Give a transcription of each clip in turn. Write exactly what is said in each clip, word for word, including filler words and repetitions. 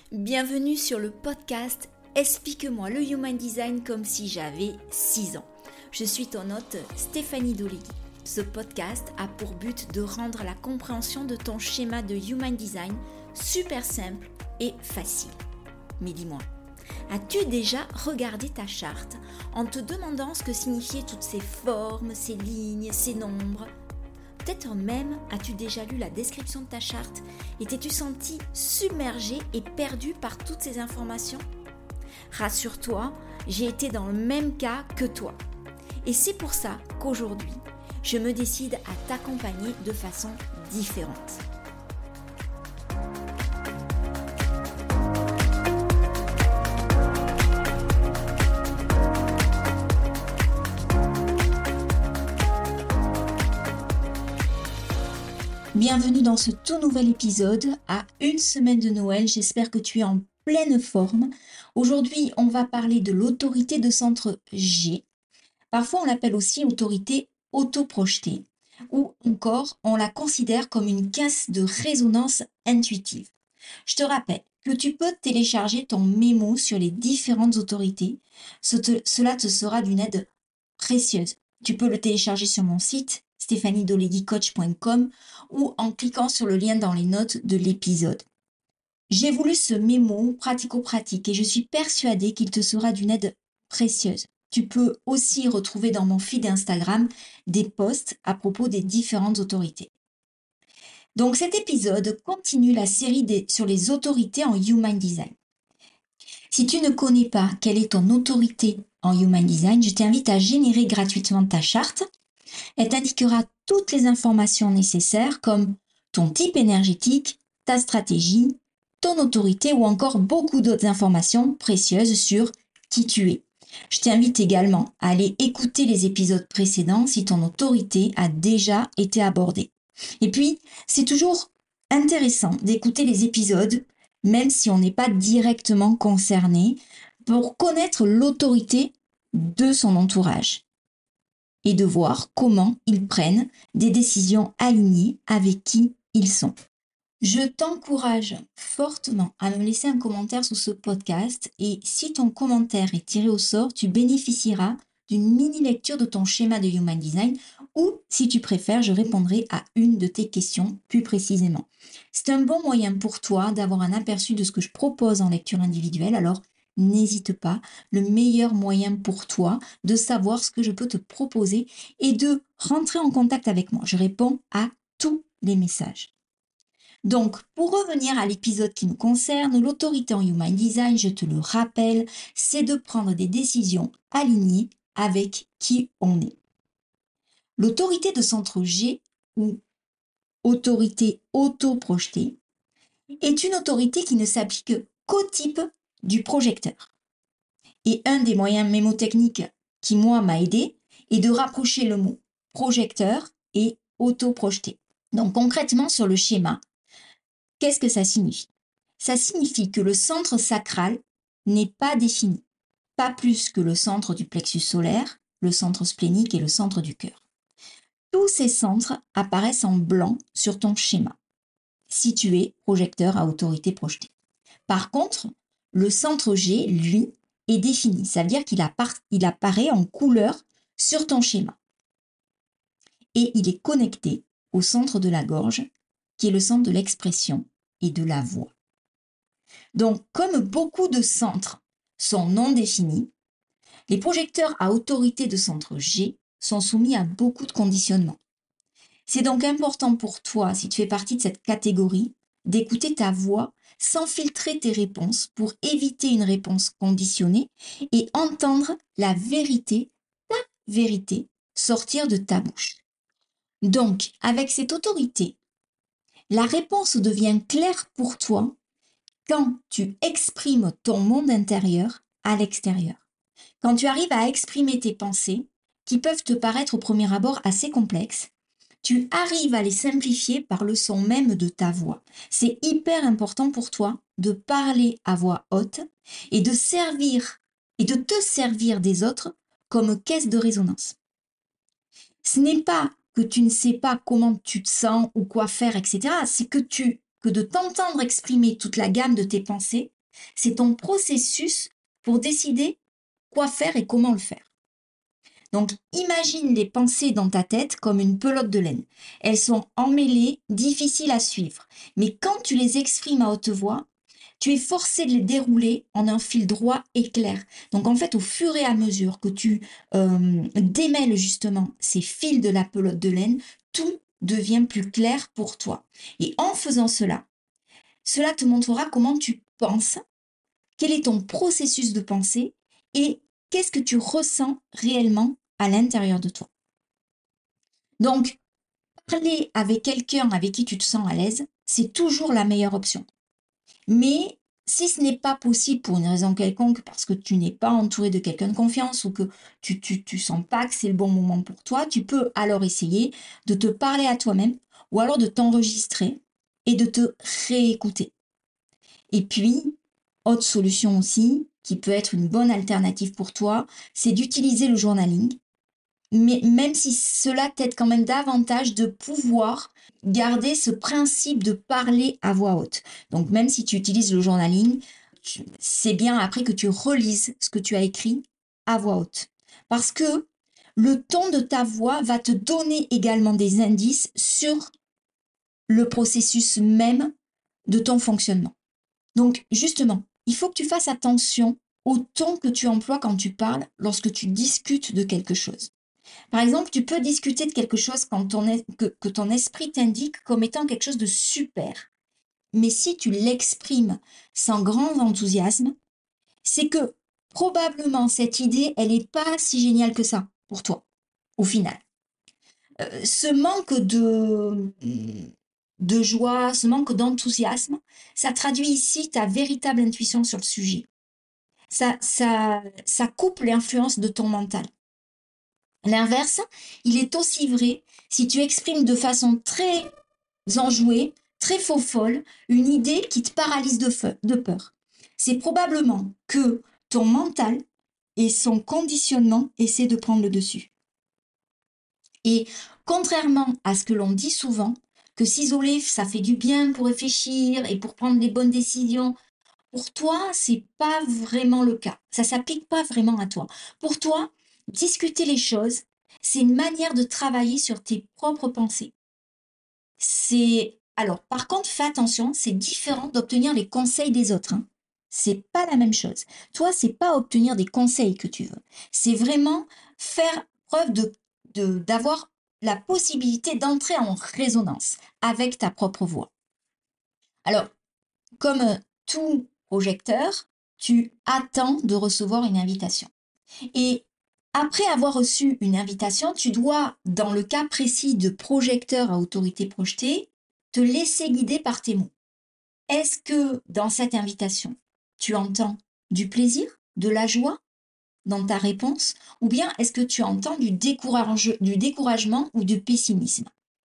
Bienvenue sur le podcast Explique-moi le Human Design comme si j'avais six ans. Je suis ton hôte Stéphanie Dolegui. Ce podcast a pour but de rendre la compréhension de ton schéma de Human Design super simple et facile. Mais dis-moi, as-tu déjà regardé ta charte en te demandant ce que signifiaient toutes ces formes, ces lignes, ces nombres ? Peut-être même as-tu déjà lu la description de ta charte et t'es-tu senti submergé et perdu par toutes ces informations ? Rassure-toi, j'ai été dans le même cas que toi. Et c'est pour ça qu'aujourd'hui, je me décide à t'accompagner de façon différente. Bienvenue dans ce tout nouvel épisode, à une semaine de Noël, j'espère que tu es en pleine forme. Aujourd'hui, on va parler de l'autorité de centre G. Parfois, on l'appelle aussi autorité autoprojetée, ou encore, on la considère comme une caisse de résonance intuitive. Je te rappelle que tu peux télécharger ton mémo sur les différentes autorités. Ce te- cela te sera d'une aide précieuse. Tu peux le télécharger sur mon site stéphanie dolegui coach point com ou en cliquant sur le lien dans les notes de l'épisode. J'ai voulu ce mémo pratico-pratique et je suis persuadée qu'il te sera d'une aide précieuse. Tu peux aussi retrouver dans mon feed Instagram des posts à propos des différentes autorités. Donc cet épisode continue la série des- sur les autorités en Human Design. Si tu ne connais pas quelle est ton autorité en Human Design, je t'invite à générer gratuitement ta charte. Elle t'indiquera toutes les informations nécessaires comme ton type énergétique, ta stratégie, ton autorité ou encore beaucoup d'autres informations précieuses sur qui tu es. Je t'invite également à aller écouter les épisodes précédents si ton autorité a déjà été abordée. Et puis, c'est toujours intéressant d'écouter les épisodes, même si on n'est pas directement concerné, pour connaître l'autorité de son entourage et de voir comment ils prennent des décisions alignées avec qui ils sont. Je t'encourage fortement à me laisser un commentaire sous ce podcast et si ton commentaire est tiré au sort, tu bénéficieras d'une mini-lecture de ton schéma de Human Design ou, si tu préfères, je répondrai à une de tes questions plus précisément. C'est un bon moyen pour toi d'avoir un aperçu de ce que je propose en lecture individuelle, alors n'hésite pas, le meilleur moyen pour toi de savoir ce que je peux te proposer et de rentrer en contact avec moi. Je réponds à tous les messages. Donc, pour revenir à l'épisode qui nous concerne, l'autorité en Human Design, je te le rappelle, c'est de prendre des décisions alignées avec qui on est. L'autorité de centre G, ou autorité auto-projetée, est une autorité qui ne s'applique qu'au type du projecteur. Et un des moyens mémotechniques qui, moi, m'a aidé est de rapprocher le mot projecteur et auto-projeté. Donc, concrètement, sur le schéma, qu'est-ce que ça signifie ? Ça signifie que le centre sacral n'est pas défini, pas plus que le centre du plexus solaire, le centre splénique et le centre du cœur. Tous ces centres apparaissent en blanc sur ton schéma, si tu es projecteur à autorité projetée. Par contre, le centre G, lui, est défini. Ça veut dire qu'il appara- il apparaît en couleur sur ton schéma. Et il est connecté au centre de la gorge, qui est le centre de l'expression et de la voix. Donc, comme beaucoup de centres sont non définis, les projecteurs à autorité de centre G sont soumis à beaucoup de conditionnements. C'est donc important pour toi, si tu fais partie de cette catégorie, d'écouter ta voix sans filtrer tes réponses pour éviter une réponse conditionnée et entendre la vérité, ta vérité, sortir de ta bouche. Donc, avec cette autorité, la réponse devient claire pour toi quand tu exprimes ton monde intérieur à l'extérieur. Quand tu arrives à exprimer tes pensées, qui peuvent te paraître au premier abord assez complexes, tu arrives à les simplifier par le son même de ta voix. C'est hyper important pour toi de parler à voix haute et de servir et de te servir des autres comme caisse de résonance. Ce n'est pas que tu ne sais pas comment tu te sens ou quoi faire, et cetera. C'est que tu, que de t'entendre exprimer toute la gamme de tes pensées C'est ton processus pour décider quoi faire et comment le faire. Donc, imagine les pensées dans ta tête comme une pelote de laine. Elles sont emmêlées, difficiles à suivre. Mais quand tu les exprimes à haute voix, tu es forcé de les dérouler en un fil droit et clair. Donc, en fait, au fur et à mesure que tu euh, démêles justement ces fils de la pelote de laine, tout devient plus clair pour toi. Et en faisant cela, cela te montrera comment tu penses, quel est ton processus de pensée et qu'est-ce que tu ressens réellement à l'intérieur de toi. Donc, parler avec quelqu'un avec qui tu te sens à l'aise, c'est toujours la meilleure option. Mais si ce n'est pas possible pour une raison quelconque, parce que tu n'es pas entouré de quelqu'un de confiance ou que tu, tu, tu sens pas que c'est le bon moment pour toi, tu peux alors essayer de te parler à toi-même ou alors de t'enregistrer et de te réécouter. Et puis, autre solution aussi, qui peut être une bonne alternative pour toi, c'est d'utiliser le journaling. Mais même si cela t'aide quand même davantage de pouvoir garder ce principe de parler à voix haute. Donc même si tu utilises le journaling, c'est bien après que tu relises ce que tu as écrit à voix haute. Parce que le ton de ta voix va te donner également des indices sur le processus même de ton fonctionnement. Donc justement, il faut que tu fasses attention au ton que tu emploies quand tu parles lorsque tu discutes de quelque chose. Par exemple, tu peux discuter de quelque chose quand ton es- que, que ton esprit t'indique comme étant quelque chose de super. Mais si tu l'exprimes sans grand enthousiasme, c'est que probablement cette idée, elle n'est pas si géniale que ça pour toi, au final. Euh, ce manque de, de joie, ce manque d'enthousiasme, ça traduit ici ta véritable intuition sur le sujet. Ça, ça, ça coupe l'influence de ton mental. L'inverse, il est aussi vrai si tu exprimes de façon très enjouée, très faux-folle, une idée qui te paralyse de, feu, de peur. C'est probablement que ton mental et son conditionnement essaient de prendre le dessus. Et contrairement à ce que l'on dit souvent, que s'isoler, ça fait du bien pour réfléchir et pour prendre les bonnes décisions, pour toi, c'est pas vraiment le cas. Ça s'applique pas vraiment à toi. Pour toi, discuter les choses, c'est une manière de travailler sur tes propres pensées. C'est alors, par contre, fais attention, c'est différent d'obtenir les conseils des autres, hein. C'est pas la même chose. Toi, c'est pas obtenir des conseils que tu veux. C'est vraiment faire preuve de, de- d'avoir la possibilité d'entrer en résonance avec ta propre voix. Alors, comme euh, tout projecteur, tu attends de recevoir une invitation. Et après avoir reçu une invitation, tu dois, dans le cas précis de projecteur à autorité projetée, te laisser guider par tes mots. Est-ce que dans cette invitation, tu entends du plaisir, de la joie dans ta réponse, ou bien est-ce que tu entends du, décourage, du découragement ou du pessimisme?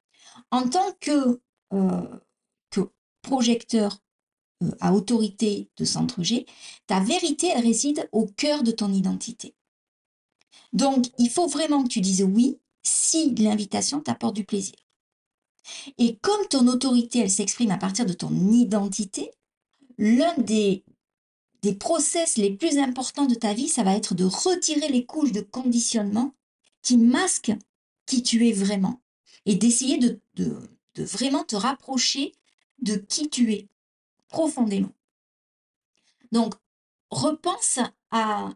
En tant que, euh, que projecteur euh, à autorité de centre G, ta vérité, elle réside au cœur de ton identité. Donc, il faut vraiment que tu dises oui si l'invitation t'apporte du plaisir. Et comme ton autorité, elle s'exprime à partir de ton identité, l'un des, des process les plus importants de ta vie, ça va être de retirer les couches de conditionnement qui masquent qui tu es vraiment et d'essayer de, de, de vraiment te rapprocher de qui tu es profondément. Donc, repense à,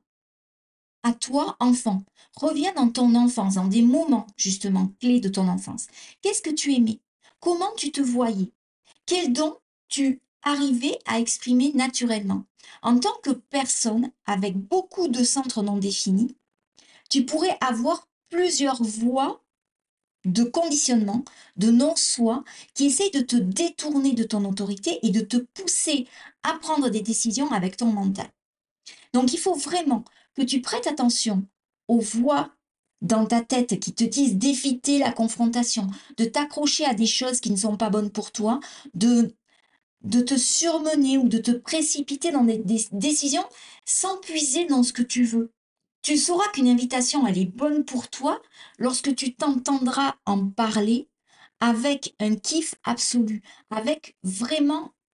à toi, enfant. Reviens dans ton enfance, dans des moments justement clés de ton enfance. Qu'est-ce que tu aimais? Comment tu te voyais? Quel don tu arrivais à exprimer naturellement? En tant que personne avec beaucoup de centres non définis, tu pourrais avoir plusieurs voies de conditionnement, de non-soi, qui essayent de te détourner de ton autorité et de te pousser à prendre des décisions avec ton mental. Donc, il faut vraiment que tu prêtes attention aux voix dans ta tête qui te disent d'éviter la confrontation, de t'accrocher à des choses qui ne sont pas bonnes pour toi, de, de te surmener ou de te précipiter dans des, des décisions sans puiser dans ce que tu veux. Tu sauras qu'une invitation, elle est bonne pour toi lorsque tu t'entendras en parler avec un kiff absolu, avec vraiment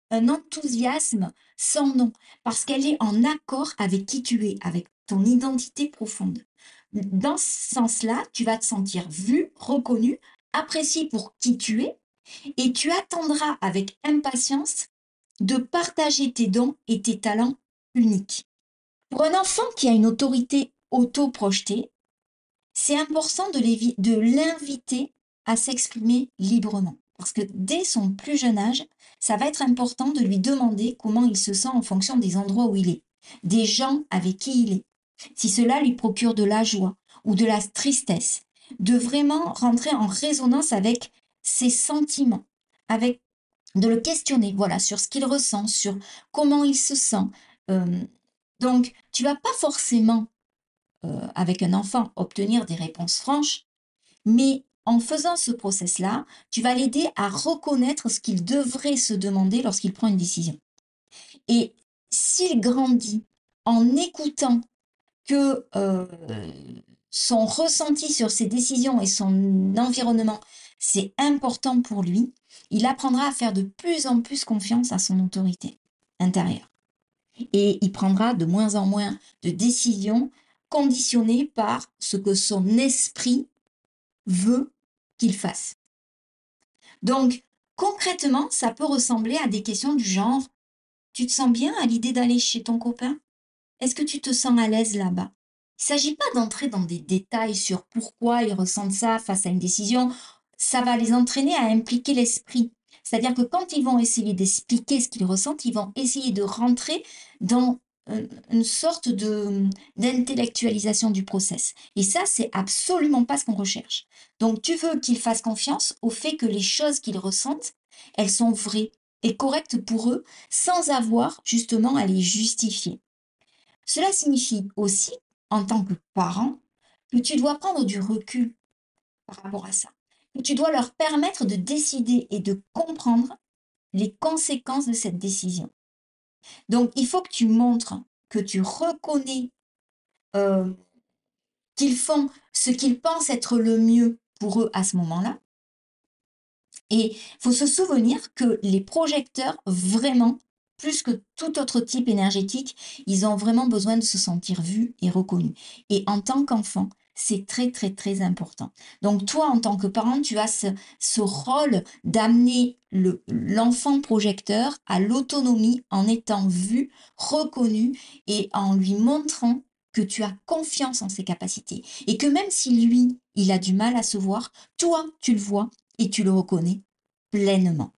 un enthousiasme sans nom, parce qu'elle est en accord avec qui tu es, avec ton identité profonde. Dans ce sens-là, tu vas te sentir vu, reconnu, apprécié pour qui tu es, et tu attendras avec impatience de partager tes dons et tes talents uniques. Pour un enfant qui a une autorité auto-projetée, c'est important de l'évi- de l'inviter à s'exprimer librement. Parce que dès son plus jeune âge, ça va être important de lui demander comment il se sent en fonction des endroits où il est, des gens avec qui il est. Si cela lui procure de la joie ou de la tristesse, de vraiment rentrer en résonance avec ses sentiments, avec de le questionner, voilà, sur ce qu'il ressent, sur comment il se sent. Euh, donc, tu vas pas forcément euh, avec un enfant, obtenir des réponses franches, mais en faisant ce process-là, tu vas l'aider à reconnaître ce qu'il devrait se demander lorsqu'il prend une décision. Et s'il grandit en écoutant que euh, son ressenti sur ses décisions et son environnement, c'est important pour lui, il apprendra à faire de plus en plus confiance à son autorité intérieure. Et il prendra de moins en moins de décisions conditionnées par ce que son esprit veut qu'il fasse. Donc, concrètement, ça peut ressembler à des questions du genre, tu te sens bien à l'idée d'aller chez ton copain? Est-ce que tu te sens à l'aise là-bas? Il ne s'agit pas d'entrer dans des détails sur pourquoi ils ressentent ça face à une décision. Ça va les entraîner à impliquer l'esprit. C'est-à-dire que quand ils vont essayer d'expliquer ce qu'ils ressentent, ils vont essayer de rentrer dans euh, une sorte de d'intellectualisation du process. Et ça, c'est absolument pas ce qu'on recherche. Donc, tu veux qu'ils fassent confiance au fait que les choses qu'ils ressentent, elles sont vraies et correctes pour eux, sans avoir justement à les justifier. Cela signifie aussi, en tant que parent, que tu dois prendre du recul par rapport à ça, que tu dois leur permettre de décider et de comprendre les conséquences de cette décision. Donc, il faut que tu montres que tu reconnais euh, qu'ils font ce qu'ils pensent être le mieux pour eux à ce moment-là. Et il faut se souvenir que les projecteurs, vraiment, plus que tout autre type énergétique, ils ont vraiment besoin de se sentir vus et reconnus. Et en tant qu'enfant, c'est très, très, très important. Donc toi, en tant que parent, tu as ce, ce rôle d'amener le, l'enfant projecteur à l'autonomie en étant vu, reconnu et en lui montrant que tu as confiance en ses capacités. Et que même si lui, il a du mal à se voir, toi, tu le vois et tu le reconnais pleinement.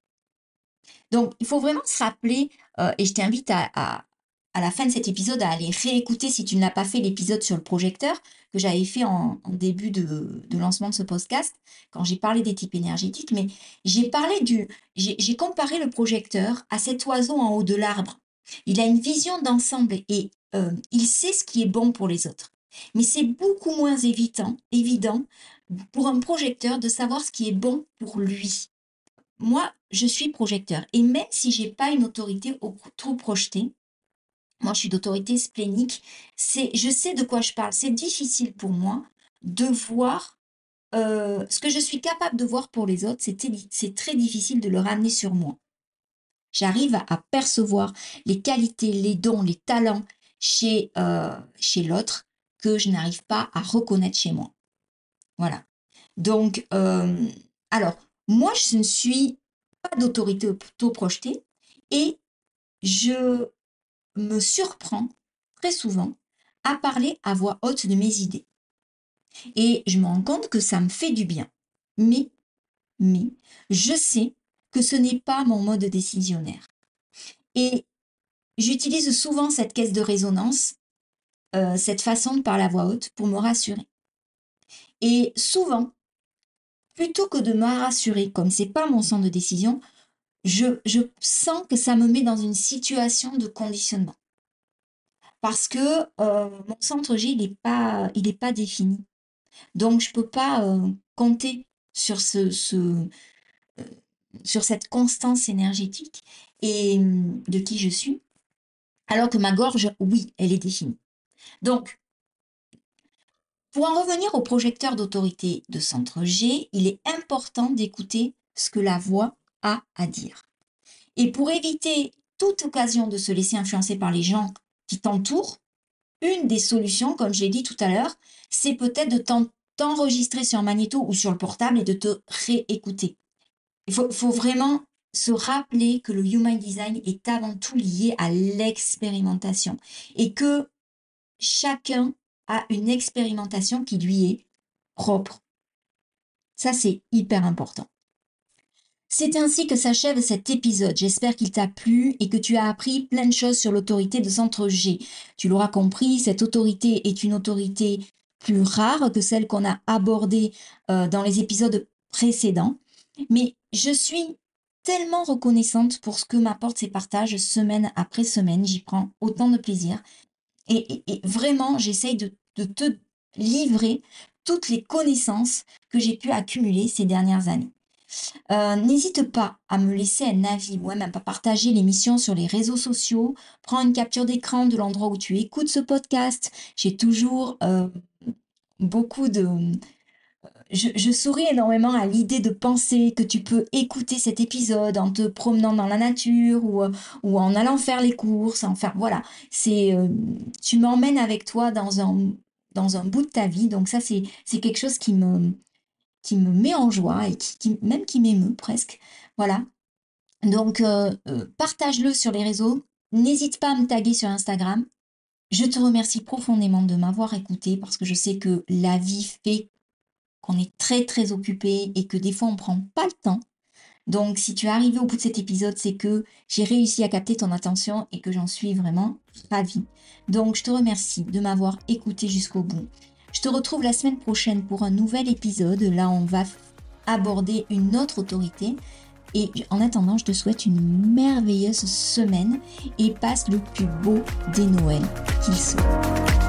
Donc, il faut vraiment se rappeler, euh, et je t'invite à, à, à la fin de cet épisode à aller réécouter si tu ne l'as pas fait l'épisode sur le projecteur que j'avais fait en, en début de, de lancement de ce podcast, quand j'ai parlé des types énergétiques, mais j'ai parlé du, j'ai, j'ai comparé le projecteur à cet oiseau en haut de l'arbre. Il a une vision d'ensemble et euh, il sait ce qui est bon pour les autres. Mais c'est beaucoup moins évident, évident pour un projecteur de savoir ce qui est bon pour lui. Moi, je suis projecteur. Et même si j'ai pas une autorité au- trop projetée, moi, je suis d'autorité splénique, c'est, je sais de quoi je parle. C'est difficile pour moi de voir euh, ce que je suis capable de voir pour les autres. C'est, c'est très difficile de le ramener sur moi. J'arrive à, à percevoir les qualités, les dons, les talents chez, euh, chez l'autre que je n'arrive pas à reconnaître chez moi. Voilà. Donc, euh, alors, moi, je ne suis pas d'autorité auto-projetée et je me surprends très souvent à parler à voix haute de mes idées. Et je me rends compte que ça me fait du bien. Mais, mais, je sais que ce n'est pas mon mode décisionnaire. Et j'utilise souvent cette caisse de résonance, euh, cette façon de parler à voix haute pour me rassurer. Et souvent, plutôt que de me rassurer, comme c'est pas mon centre de décision, je, je sens que ça me met dans une situation de conditionnement. Parce que euh, mon centre G, il n'est pas, il est pas défini. Donc, je ne peux pas euh, compter sur, ce, ce, euh, sur cette constance énergétique et hum, de qui je suis. Alors que ma gorge, oui, elle est définie. Donc, pour en revenir au projecteur d'autorité de centre G, il est important d'écouter ce que la voix a à dire. Et pour éviter toute occasion de se laisser influencer par les gens qui t'entourent, une des solutions, comme j'ai dit tout à l'heure, c'est peut-être de t'en- t'enregistrer sur un magnéto ou sur le portable et de te réécouter. Il faut, faut vraiment se rappeler que le Human Design est avant tout lié à l'expérimentation et que chacun a une expérimentation qui lui est propre. Ça, c'est hyper important. C'est ainsi que s'achève cet épisode. J'espère qu'il t'a plu et que tu as appris plein de choses sur l'autorité de centre G. Tu l'auras compris, cette autorité est une autorité plus rare que celle qu'on a abordée euh, dans les épisodes précédents. Mais je suis tellement reconnaissante pour ce que m'apportent ces partages semaine après semaine. J'y prends autant de plaisir. Et, et- et vraiment, j'essaye de, de te livrer toutes les connaissances que j'ai pu accumuler ces dernières années. Euh, n'hésite pas à me laisser un avis ou même à partager l'émission sur les réseaux sociaux. Prends une capture d'écran de l'endroit où tu écoutes ce podcast. J'ai toujours euh, beaucoup de... Je, je souris énormément à l'idée de penser que tu peux écouter cet épisode en te promenant dans la nature ou, euh, ou en allant faire les courses. Enfin, voilà, c'est, euh, tu m'emmènes avec toi dans un, dans un bout de ta vie. Donc ça, c'est, c'est quelque chose qui me, qui me met en joie et qui, qui- même qui m'émeut presque. Voilà. Donc, euh, euh, partage-le sur les réseaux. N'hésite pas à me taguer sur Instagram. Je te remercie profondément de m'avoir écouté parce que je sais que la vie fait qu'on est très très occupé et que des fois on prend pas le temps. Donc, si tu es arrivé au bout de cet épisode, c'est que j'ai réussi à capter ton attention et que j'en suis vraiment ravie. Donc, je te remercie de m'avoir écouté jusqu'au bout. Je te retrouve la semaine prochaine pour un nouvel épisode. Là, on va aborder une autre autorité. Et en attendant, je te souhaite une merveilleuse semaine et passe le plus beau des Noëls qu'il soit.